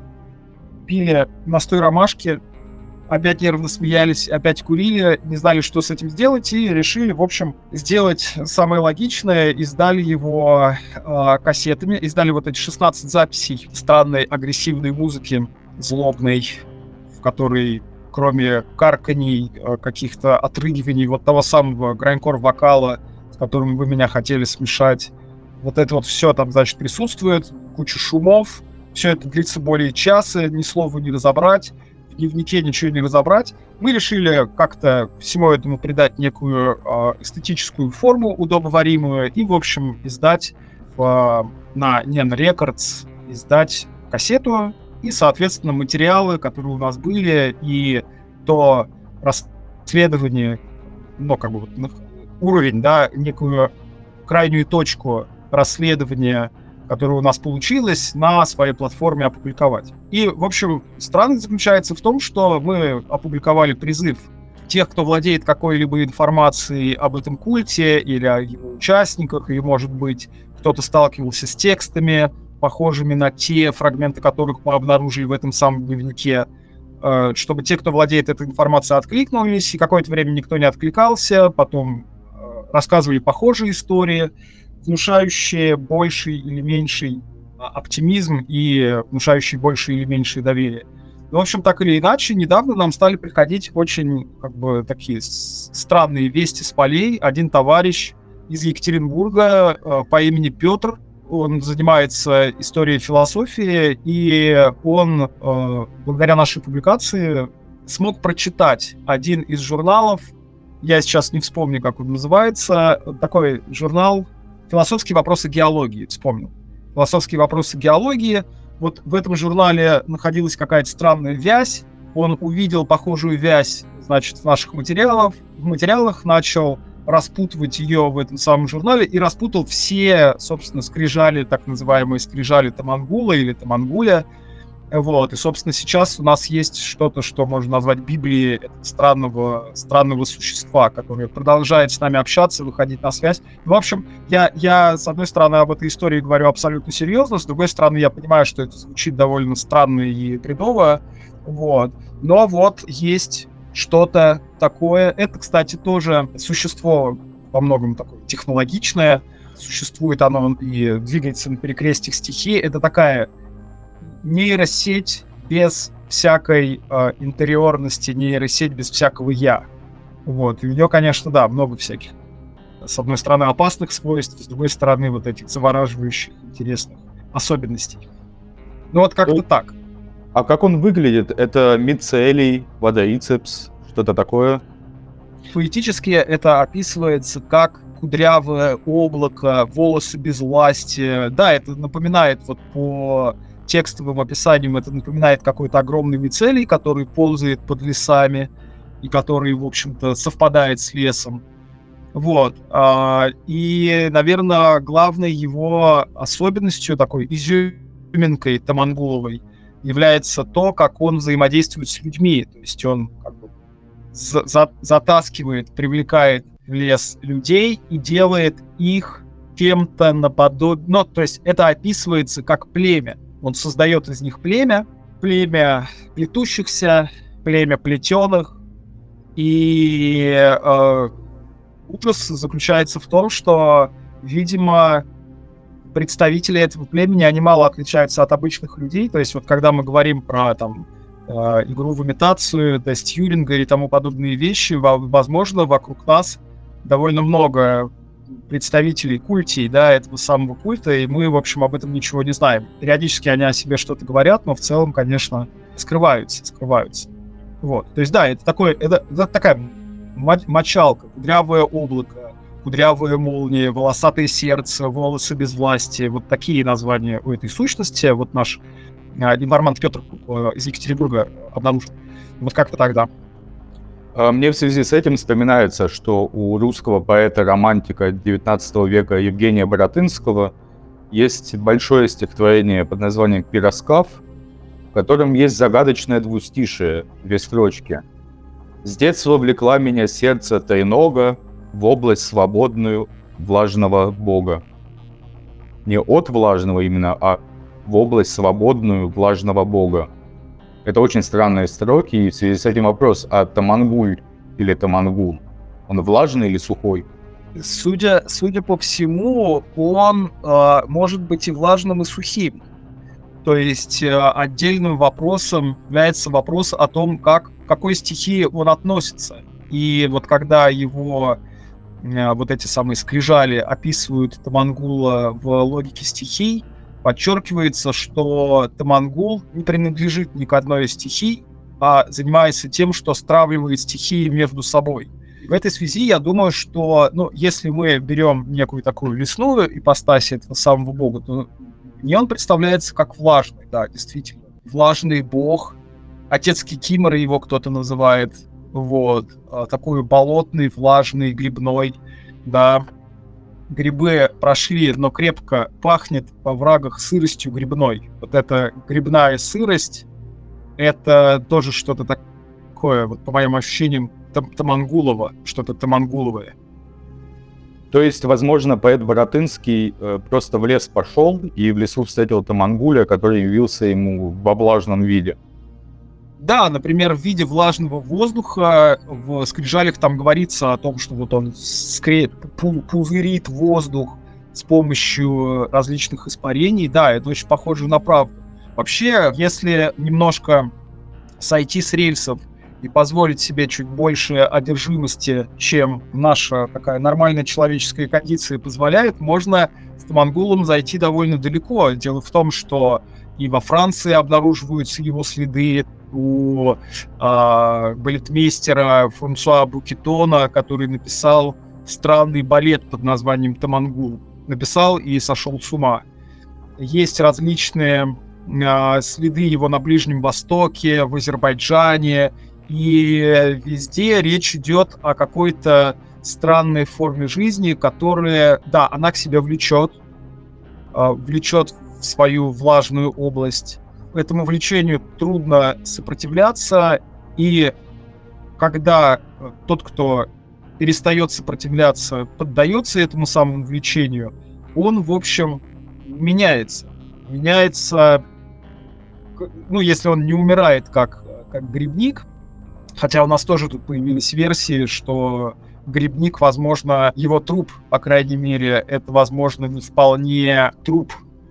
пили настой ромашки, опять нервно смеялись, опять курили, не знали, что с этим сделать, и решили, в общем, сделать самое логичное, издали его э, кассетами, издали вот эти шестнадцать записей странной агрессивной музыки, злобной, в которой, кроме карканий, э, каких-то отрыгиваний вот того самого грайндкор-вокала, с которым вы меня хотели смешать, вот это вот все там, значит, присутствует, куча шумов, все это длится более часа, ни слова не разобрать, в дневнике ничего не разобрать. Мы решили как-то всему этому придать некую э, эстетическую форму, удобоваримую, и, в общем, издать в, на Nen Records, издать кассету и, соответственно, материалы, которые у нас были, и то расследование, ну, как бы вот, уровень, да, некую крайнюю точку расследования, которое у нас получилось, на своей платформе опубликовать. И, в общем, странность заключается в том, что мы опубликовали призыв тех, кто владеет какой-либо информацией об этом культе или о его участниках, и, может быть, кто-то сталкивался с текстами, похожими на те фрагменты, которых мы обнаружили в этом самом дневнике, чтобы те, кто владеет этой информацией, откликнулись, и какое-то время никто не откликался, потом рассказывали похожие истории, внушающие больший или меньший оптимизм и внушающие большее или меньшее доверие. В общем, так или иначе, недавно нам стали приходить очень, как бы, такие странные вести с полей. Один товарищ из Екатеринбурга э, по имени Петр, он занимается историей философии, и он, э, благодаря нашей публикации, смог прочитать один из журналов, я сейчас не вспомню, как он называется, такой журнал «Философские вопросы геологии», вспомнил. «Философские вопросы геологии». Вот в этом журнале находилась какая-то странная вязь. Он увидел похожую вязь, значит, в наших материалах. В материалах начал распутывать ее в этом самом журнале и распутал все, собственно, скрижали, так называемые скрижали Тамангула или Тамангуля. Вот. И, собственно, сейчас у нас есть что-то, что можно назвать Библией этого странного, странного существа, которое продолжает с нами общаться, выходить на связь. В общем, я, я, с одной стороны, об этой истории говорю абсолютно серьезно, с другой стороны, я понимаю, что это звучит довольно странно и бредово. Вот. Но вот есть что-то такое. Это, кстати, тоже существо во многом такое технологичное. Существует оно и двигается на перекрестьях стихий. Это такая нейросеть без всякой э, интериорности, нейросеть без всякого «я». Вот. И у нее, конечно, да, много всяких, с одной стороны, опасных свойств, с другой стороны, вот этих завораживающих, интересных особенностей. Ну вот как-то ну, так. А как он выглядит? Это мицелий, водорицепс, что-то такое? Поэтически это описывается как кудрявое облако, волосы без власти. Да, это напоминает вот по текстовым описаниям, это напоминает какой-то огромный мицелий, который ползает под лесами и который, в общем-то, совпадает с лесом. Вот. И, наверное, главной его особенностью, такой изюминкой тамангуловой, является то, как он взаимодействует с людьми. То есть он как бы за- за- затаскивает, привлекает в лес людей и делает их кем-то наподобие... Ну, то есть это описывается как племя. Он создает из них племя, племя плетущихся, племя плетеных. И э, ужас заключается в том, что, видимо, представители этого племени, они мало отличаются от обычных людей. То есть вот когда мы говорим про там, э, игру в имитацию, тест Тьюринга и тому подобные вещи, возможно, вокруг нас довольно много представителей культей, да, этого самого культа, и мы, в общем, об этом ничего не знаем. Периодически они о себе что-то говорят, но в целом, конечно, скрываются, скрываются. Вот. То есть, да, это, такое, это, это такая мочалка, кудрявое облако, кудрявая молния, волосатое сердце, волосы без власти. Вот такие названия у этой сущности. Вот наш э, информант Петр э, из Екатеринбурга обнаружил. Вот как-то тогда. Мне в связи с этим вспоминается, что у русского поэта-романтика девятнадцатого века Евгения Баратынского есть большое стихотворение под названием «Пироскав», в котором есть загадочное двустишие, две строчки. С детства влекла меня сердце тренога в область свободную влажного бога. Не от влажного именно, а в область свободную влажного бога. Это очень странные строки, и в связи с этим вопрос, а Тамангуль или Тамангул, он влажный или сухой? Судя, судя по всему, он э, может быть и влажным, и сухим. То есть э, отдельным вопросом является вопрос о том, как, к какой стихии он относится. И вот когда его э, вот эти самые скрижали описывают Тамангула в логике стихий, подчеркивается, что Тамангул не принадлежит ни к одной из стихий, а занимается тем, что стравливает стихии между собой. В этой связи я думаю, что ну, если мы берем некую такую лесную ипостась этого самого бога, то мне он представляется как влажный, да, действительно. Влажный бог, отец Кикиморы его кто-то называет, вот, такой болотный, влажный, грибной, да. Грибы прошли, но крепко пахнет во врагах сыростью грибной. Вот эта грибная сырость, это тоже что-то такое, вот по моим ощущениям, там, Тамангулово, что-то Тамангуловое. То есть, возможно, поэт Баратынский э, просто в лес пошел и в лесу встретил Тамангуля, который явился ему во влажном виде. Да, например, в виде влажного воздуха в скрижалях там говорится о том, что вот он скре... пузырит воздух с помощью различных испарений. Да, это очень похоже на правду. Вообще, если немножко сойти с рельсов и позволить себе чуть больше одержимости, чем наша такая нормальная человеческая кондиция позволяет, можно с Тамангулом зайти довольно далеко. Дело в том, что и во Франции обнаруживаются его следы, у э, балетмейстера Франсуа Букетона, который написал странный балет под названием «Тамангул». Написал и сошел с ума. Есть различные э, следы его на Ближнем Востоке, в Азербайджане, и везде речь идет о какой-то странной форме жизни, которая, да, она к себе влечет, э, влечет в свою влажную область. Этому влечению трудно сопротивляться, и когда тот, кто перестает сопротивляться, поддается этому самому влечению, он, в общем, меняется. Меняется, ну, если он не умирает как, как грибник, хотя у нас тоже тут появились версии, что грибник, возможно, его труп, по крайней мере, это, возможно, не вполне труп,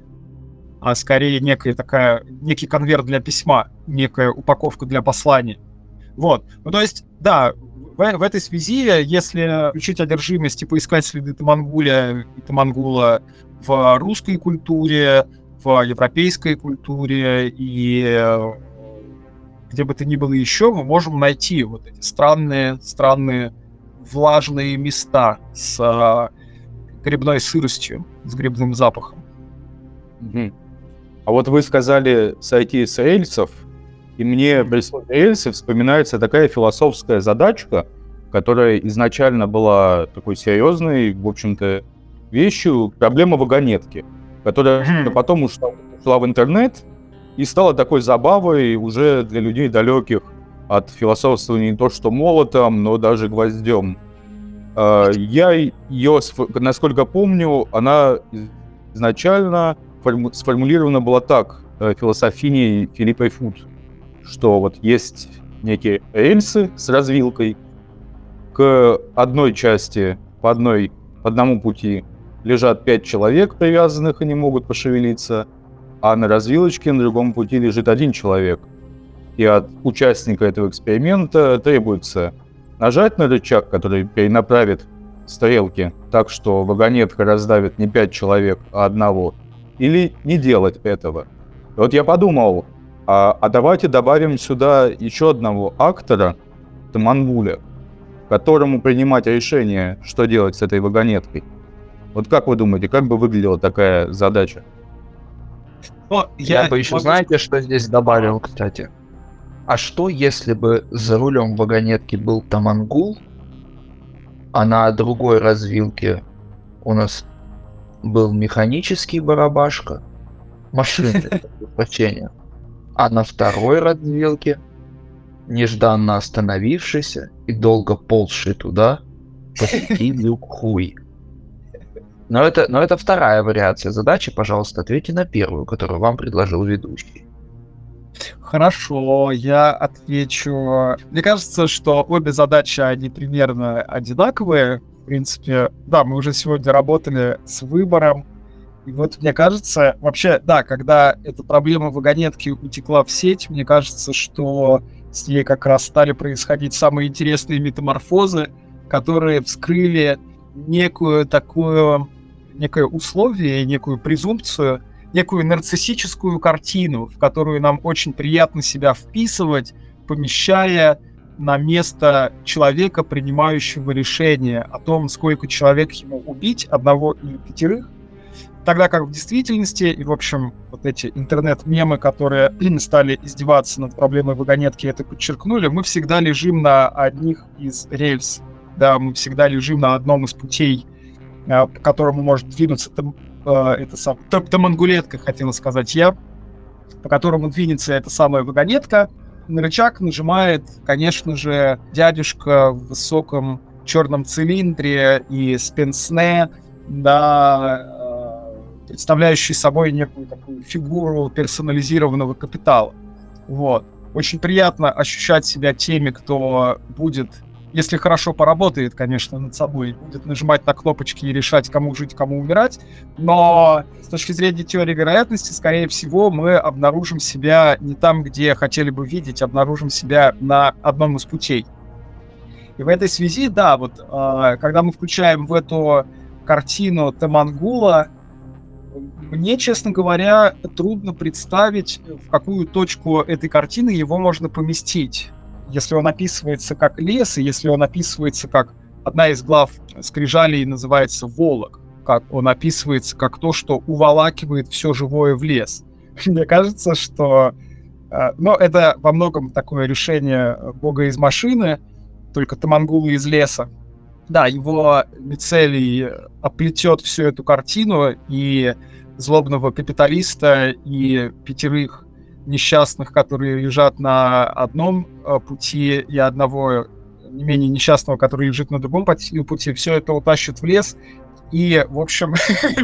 а скорее некая такая, некий конверт для письма, некая упаковка для послания. Вот. Ну, то есть, да, в, в этой связи, если включить одержимость и поискать следы Тамангуля и Тамангула в русской культуре, в европейской культуре и где бы то ни было еще, мы можем найти вот эти странные, странные влажные места с а, грибной сыростью, с грибным запахом. Mm-hmm. А вот вы сказали сойти с рельсов, и мне при слове рельсы вспоминается такая философская задачка, которая изначально была такой серьезной, в общем-то, вещью, проблема вагонетки, которая mm-hmm. потом ушла, ушла в интернет и стала такой забавой уже для людей далеких от философствования не то что молотом, но даже гвоздем. Я ее, насколько помню, она изначально сформулирована была так, философиней Филиппой Фут, что вот есть некие рельсы с развилкой, к одной части, по, одной, по одному пути лежат пять человек привязанных и не могут пошевелиться, а на развилочке на другом пути лежит один человек. И от участника этого эксперимента требуется нажать на рычаг, который перенаправит стрелки так, что вагонетка раздавит не пять человек, а одного, или не делать этого. И вот я подумал, а, а давайте добавим сюда еще одного актора, Тамангуля, которому принимать решение, что делать с этой вагонеткой. Вот как вы думаете, как бы выглядела такая задача? Но я, я бы еще, могу... знаете, что здесь добавил, кстати? А что, если бы за рулем вагонетки был Тамангул, а на другой развилке у нас был механический барабашка, машинное воплощение, а на второй развилке нежданно остановившийся и долго ползший туда, посетил Юкхуй. Но это, но это вторая вариация задачи. Пожалуйста, ответьте на первую, которую вам предложил ведущий. Хорошо, я отвечу. Мне кажется, что обе задачи, они примерно одинаковые. В принципе, да, мы уже сегодня работали с выбором. И вот мне кажется, вообще, да, когда эта проблема вагонетки утекла в сеть, мне кажется, что с ней как раз стали происходить самые интересные метаморфозы, которые вскрыли некую такую, некое условие, некую презумпцию, некую нарциссическую картину, в которую нам очень приятно себя вписывать, помещая на место человека, принимающего решение о том, сколько человек ему убить, одного или пятерых, тогда как в действительности, и, в общем, вот эти интернет-мемы, которые стали издеваться над проблемой вагонетки, это подчеркнули, мы всегда лежим на одних из рельс, да, мы всегда лежим на одном из путей, по которому может двинуться там, это сам, тамангулетка, хотела сказать я, по которому двинется эта самая вагонетка. На рычаг нажимает, конечно же, дядюшка в высоком черном цилиндре и с пенсне, да, представляющий собой некую такую фигуру персонализированного капитала. Вот. Очень приятно ощущать себя теми, кто будет, если хорошо поработает, конечно, над собой, будет нажимать на кнопочки и решать, кому жить, кому умирать. Но с точки зрения теории вероятности, скорее всего, мы обнаружим себя не там, где хотели бы видеть, обнаружим себя на одном из путей. И в этой связи, да, вот, э, когда мы включаем в эту картину Тамангула, мне, честно говоря, трудно представить, в какую точку этой картины его можно поместить. Если он описывается как лес, и если он описывается как одна из глав Скрижалей называется «Волок», как он описывается как то, что уволакивает все живое в лес. Мне кажется, что... Ну, это во многом такое решение бога из машины, только Тамангула из леса. Да, его Мицелий оплетет всю эту картину, и злобного капиталиста, и пятерых несчастных, которые лежат на одном э, пути, и одного не менее несчастного, который лежит на другом пути, все это утащит в лес и, в общем,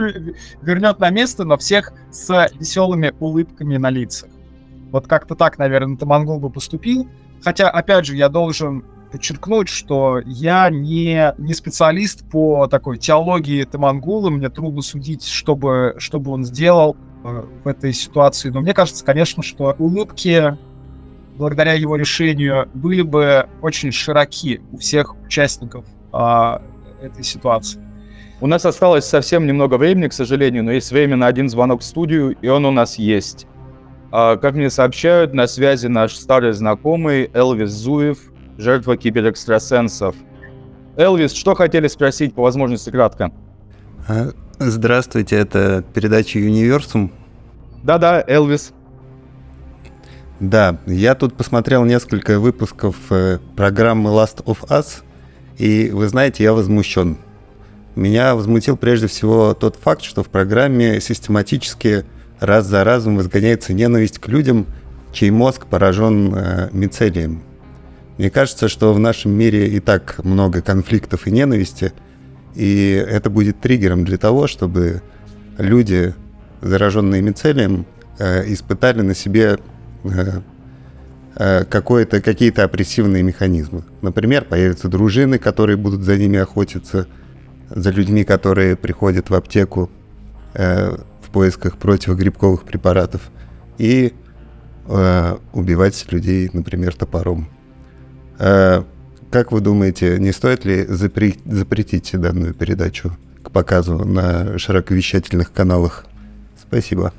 вернет на место, но всех с веселыми улыбками на лицах. Вот как-то так, наверное, Тамангул бы поступил. Хотя, опять же, я должен подчеркнуть, что я не, не специалист по такой теологии Тамангула, мне трудно судить, что бы, что бы он сделал в этой ситуации. Но мне кажется, конечно, что улыбки, благодаря его решению, были бы очень широки у всех участников а, этой ситуации. У нас осталось совсем немного времени, к сожалению, но есть время на один звонок в студию, и он у нас есть. А, как мне сообщают, на связи наш старый знакомый Элвис Зуев, жертва киберэкстрасенсов. Элвис, что хотели спросить, по возможности кратко? Здравствуйте, это передача Универсум. Да-да, Элвис. Да, я тут посмотрел несколько выпусков э, программы Last of Us, и, вы знаете, я возмущен. Меня возмутил прежде всего тот факт, что в программе систематически раз за разом возгоняется ненависть к людям, чей мозг поражен э, мицелием. Мне кажется, что в нашем мире и так много конфликтов и ненависти, и это будет триггером для того, чтобы люди, зараженные мицелием, э, испытали на себе э, э, какое-то, какие-то опрессивные механизмы. Например, появятся дружины, которые будут за ними охотиться, за людьми, которые приходят в аптеку э, в поисках противогрибковых препаратов, и э, убивать людей, например, топором. Э, Как вы думаете, не стоит ли запре- запретить данную передачу к показу на широковещательных каналах? Спасибо.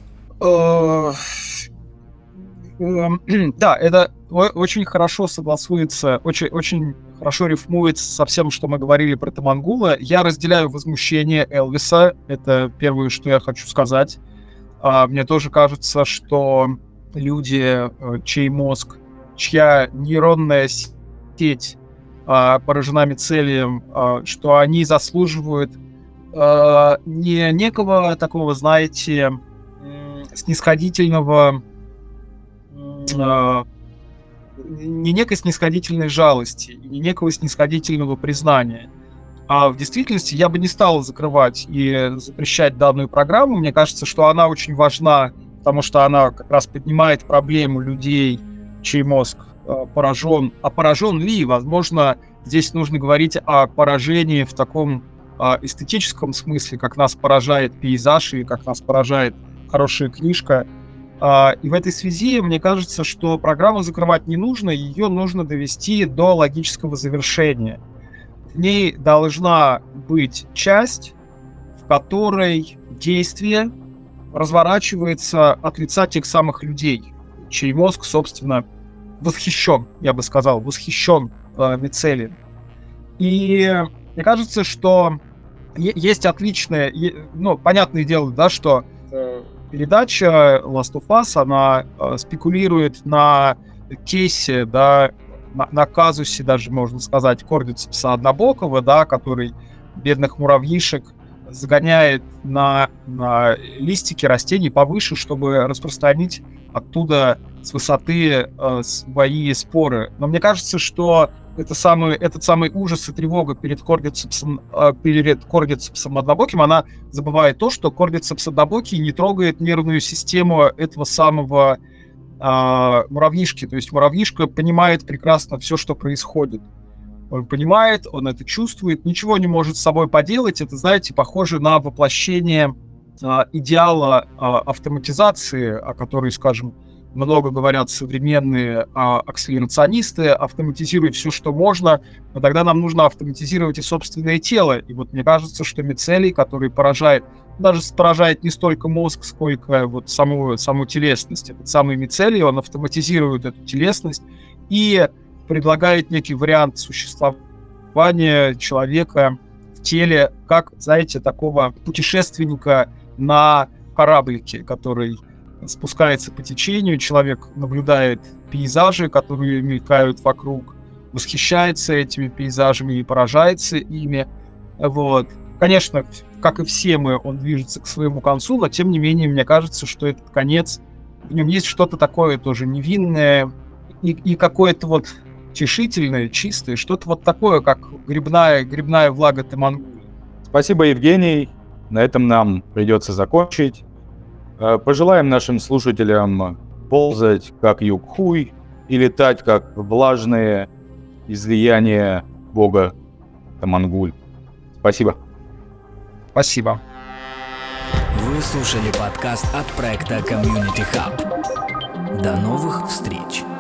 Да, это очень хорошо согласуется, очень, очень хорошо рифмуется со всем, что мы говорили про Тамангула. Я разделяю возмущение Элвиса, это первое, что я хочу сказать. Мне тоже кажется, что люди, чей мозг, чья нейронная сеть поражена мицелием, что они заслуживают не некого такого, знаете, снисходительного не некой снисходительной жалости, не некого снисходительного признания. А в действительности я бы не стал закрывать и запрещать данную программу. Мне кажется, что она очень важна, потому что она как раз поднимает проблему людей, чей мозг э, поражен. А поражен ли? Возможно, здесь нужно говорить о поражении в таком э, эстетическом смысле, как нас поражает пейзаж и как нас поражает хорошая книжка. Э, и в этой связи мне кажется, что программу закрывать не нужно, ее нужно довести до логического завершения. В ней должна быть часть, в которой действие разворачивается от лица тех самых людей, чей мозг, собственно, восхищен, я бы сказал, восхищен э, мицелием. И мне кажется, что е- есть отличное, е- ну, понятное дело, да, что э, передача Last of Us, она э, спекулирует на кейсе, да, на, на казусе даже, можно сказать, кордицепса однобокого, да, который бедных муравьишек загоняет на, на листики растений повыше, чтобы распространить оттуда с высоты э, свои споры. Но мне кажется, что это самый, этот самый ужас и тревога перед кордицепсом, э, перед кордицепсом однобоким, она забывает то, что кордицепс однобокий не трогает нервную систему этого самого э, муравьишки. То есть муравьишка понимает прекрасно все, что происходит. Он понимает, он это чувствует, ничего не может с собой поделать. Это, знаете, похоже на воплощение а, идеала а, автоматизации, о которой, скажем, много говорят современные а, акселерационисты. Автоматизировать все, что можно, но тогда нам нужно автоматизировать и собственное тело. И вот мне кажется, что мицелий, который поражает, даже поражает не столько мозг, сколько вот саму, саму телесность. Этот самый мицелий, он автоматизирует эту телесность и предлагает некий вариант существования человека в теле, как, знаете, такого путешественника на кораблике, который спускается по течению, человек наблюдает пейзажи, которые мелькают вокруг, восхищается этими пейзажами и поражается ими. Вот. Конечно, как и все мы, он движется к своему концу, но тем не менее, мне кажется, что этот конец, в нем есть что-то такое тоже невинное и, и какое-то вот тешительное, чистое, что-то вот такое, как грибная, грибная влага Тамангули. Спасибо, Евгений. На этом нам придется закончить. Пожелаем нашим слушателям ползать, как Юкхуй, и летать, как влажные излияния бога Тамангуль. Спасибо. Спасибо. Вы слушали подкаст от проекта Community Hub. До новых встреч!